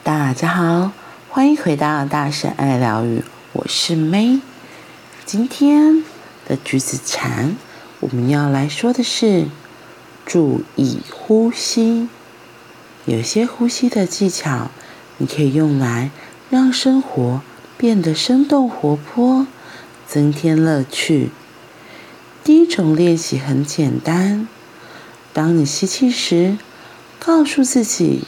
大家好，欢迎回到大神爱疗愈，我是 May。今天的橘子禅，我们要来说的是注意呼吸。有些呼吸的技巧，你可以用来让生活变得生动活泼，增添乐趣。第一种练习很简单，当你吸气时，告诉自己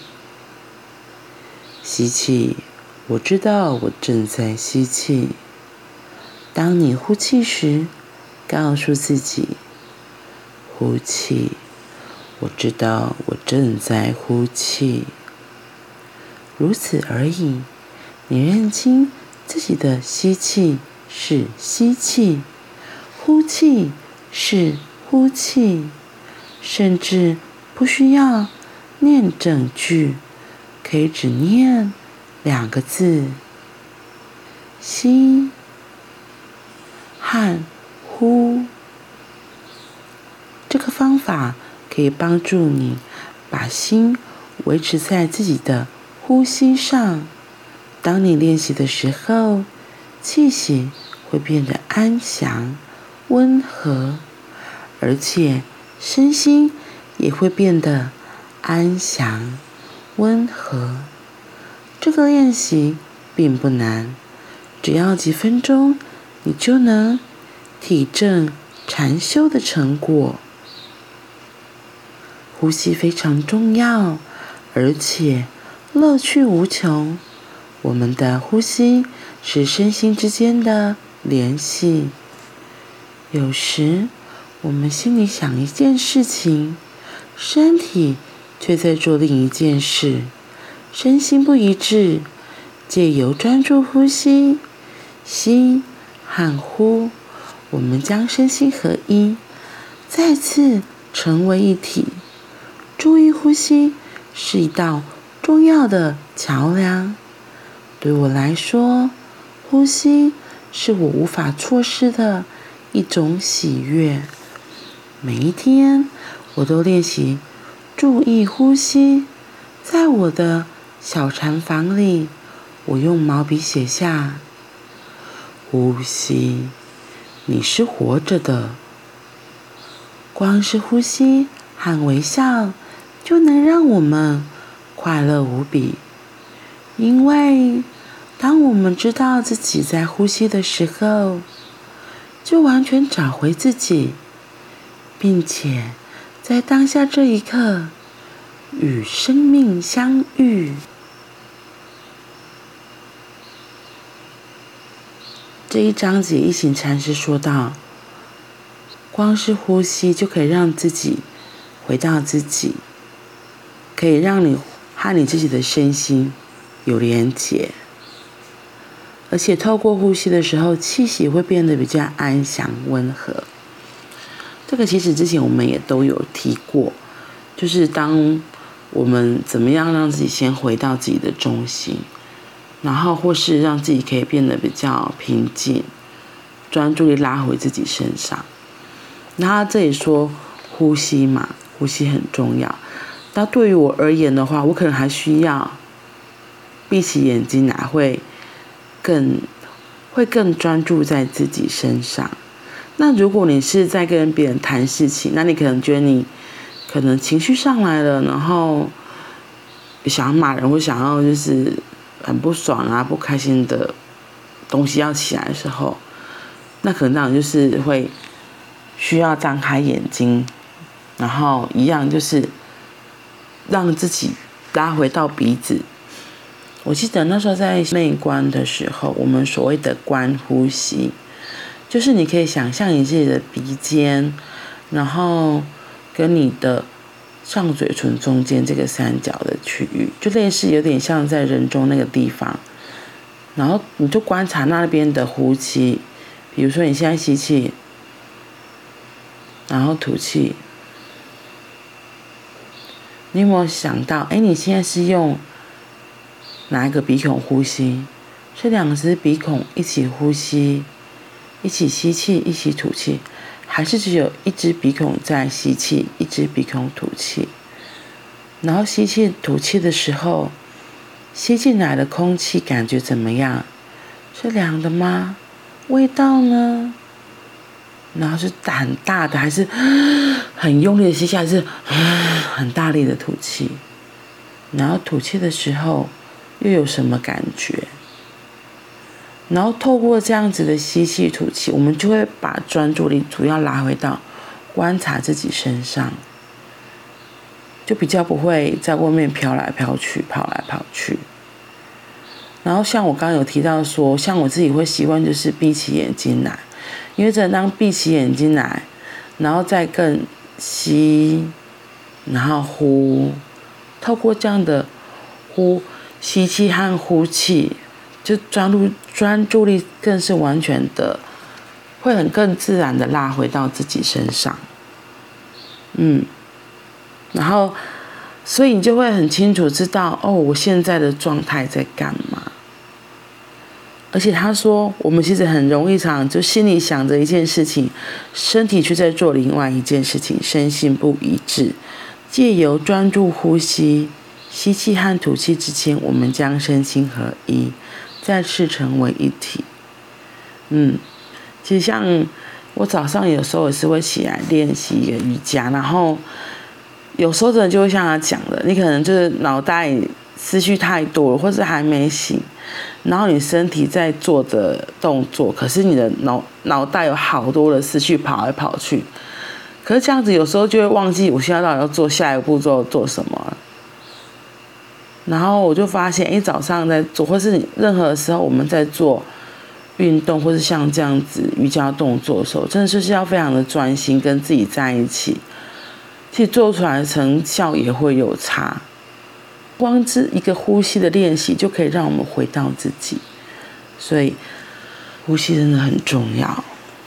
吸气，我知道我正在吸气。当你呼气时，告诉自己呼气，我知道我正在呼气。如此而已，你认清自己的吸气是吸气，呼气是呼气，甚至不需要念整句，可以只念2个字，吸和呼。这个方法可以帮助你把心维持在自己的呼吸上。当你练习的时候，气息会变得安详、温和，而且身心也会变得安详、温和。这个练习并不难，只要几分钟，你就能体证禅修的成果。呼吸非常重要，而且乐趣无穷。我们的呼吸是身心之间的联系。有时我们心里想一件事情，身体却在做另一件事，身心不一致。借由专注呼吸，吸和呼，我们将身心合一，再次成为一体。注意呼吸是一道重要的桥梁。对我来说，呼吸是我无法错失的一种喜悦。每一天，我都练习注意呼吸。在我的小禅房里，我用毛笔写下：呼吸，你是活着的。光是呼吸和微笑，就能让我们快乐无比。因为当我们知道自己在呼吸的时候，就完全找回自己，并且在当下这一刻与生命相遇。这一章节一行禅师说到，光是呼吸就可以让自己回到自己，可以让你和你自己的身心有连结，而且透过呼吸的时候，气息会变得比较安详温和。这个其实之前我们也都有提过，就是当我们怎么样让自己先回到自己的中心，然后或是让自己可以变得比较平静，专注力拉回自己身上。那他这里说呼吸嘛，呼吸很重要。那对于我而言的话，我可能还需要闭起眼睛来，会更专注在自己身上。那如果你是在跟别人谈事情，那你可能觉得你可能情绪上来了，然后想要骂人，或想要就是很不爽啊、不开心的东西要起来的时候，那可能那种就是会需要张开眼睛，然后一样就是让自己拉回到鼻子。我记得那时候在内观的时候，我们所谓的观呼吸，就是你可以想象你自己的鼻尖，然后跟你的上嘴唇中间这个三角的区域，就类似有点像在人中那个地方，然后你就观察那边的呼气。比如说你现在吸气，然后吐气，你有没有想到，你现在是用哪一个鼻孔呼吸？是2只鼻孔一起呼吸，一起吸气，一起吐气，还是只有1只鼻孔在吸气，1只鼻孔吐气？然后吸气吐气的时候， 吸进来的空气感觉怎么样？是凉的吗？味道呢？然后是很大的，还是很用力的吸下，还是很大力的吐气？然后吐气的时候又有什么感觉？然后透过这样子的吸气吐气，我们就会把专注力主要拉回到观察自己身上，就比较不会在外面飘来飘去、跑来跑去。然后像我刚刚有提到说，像我自己会习惯就是闭起眼睛来，因为真的当闭起眼睛来，然后再更吸，然后呼，透过这样的吸气和呼气，就专注力更是完全的，会更自然的拉回到自己身上。然后所以你就会很清楚知道，我现在的状态在干嘛。而且他说，我们其实很容易就心里想着一件事情，身体却在做另外一件事情，身心不一致。借由专注呼吸，吸气和吐气之间，我们将身心合一，再次成为一体。其实像我早上有时候也是会起来练习一个瑜伽，然后有时候真的就会像他讲的，你可能就是脑袋思绪太多了，或者还没醒，然后你身体在做的动作，可是你的脑袋有好多的思绪跑来跑去，可是这样子有时候就会忘记我现在到底要做下一个步骤做什么了。然后我就发现，早上在做，或是任何时候我们在做运动，或是像这样子瑜伽动作的时候，真的就是要非常的专心，跟自己在一起，其实做出来的成效也会有差。光是一个呼吸的练习就可以让我们回到自己，所以呼吸真的很重要。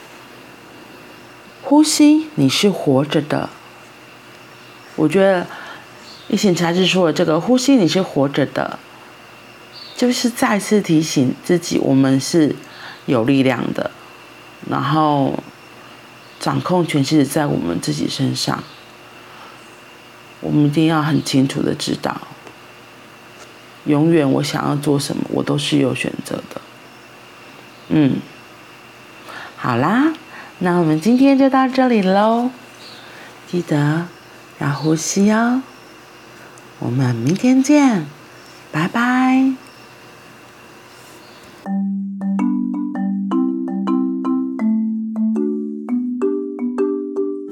呼吸，你是活着的。我觉得一行禅师说的这个呼吸你是活着的，就是再次提醒自己，我们是有力量的，然后掌控权其实在我们自己身上。我们一定要很清楚的知道，永远我想要做什么，我都是有选择的。好啦，那我们今天就到这里咯，记得要呼吸哦。我们明天见，拜拜。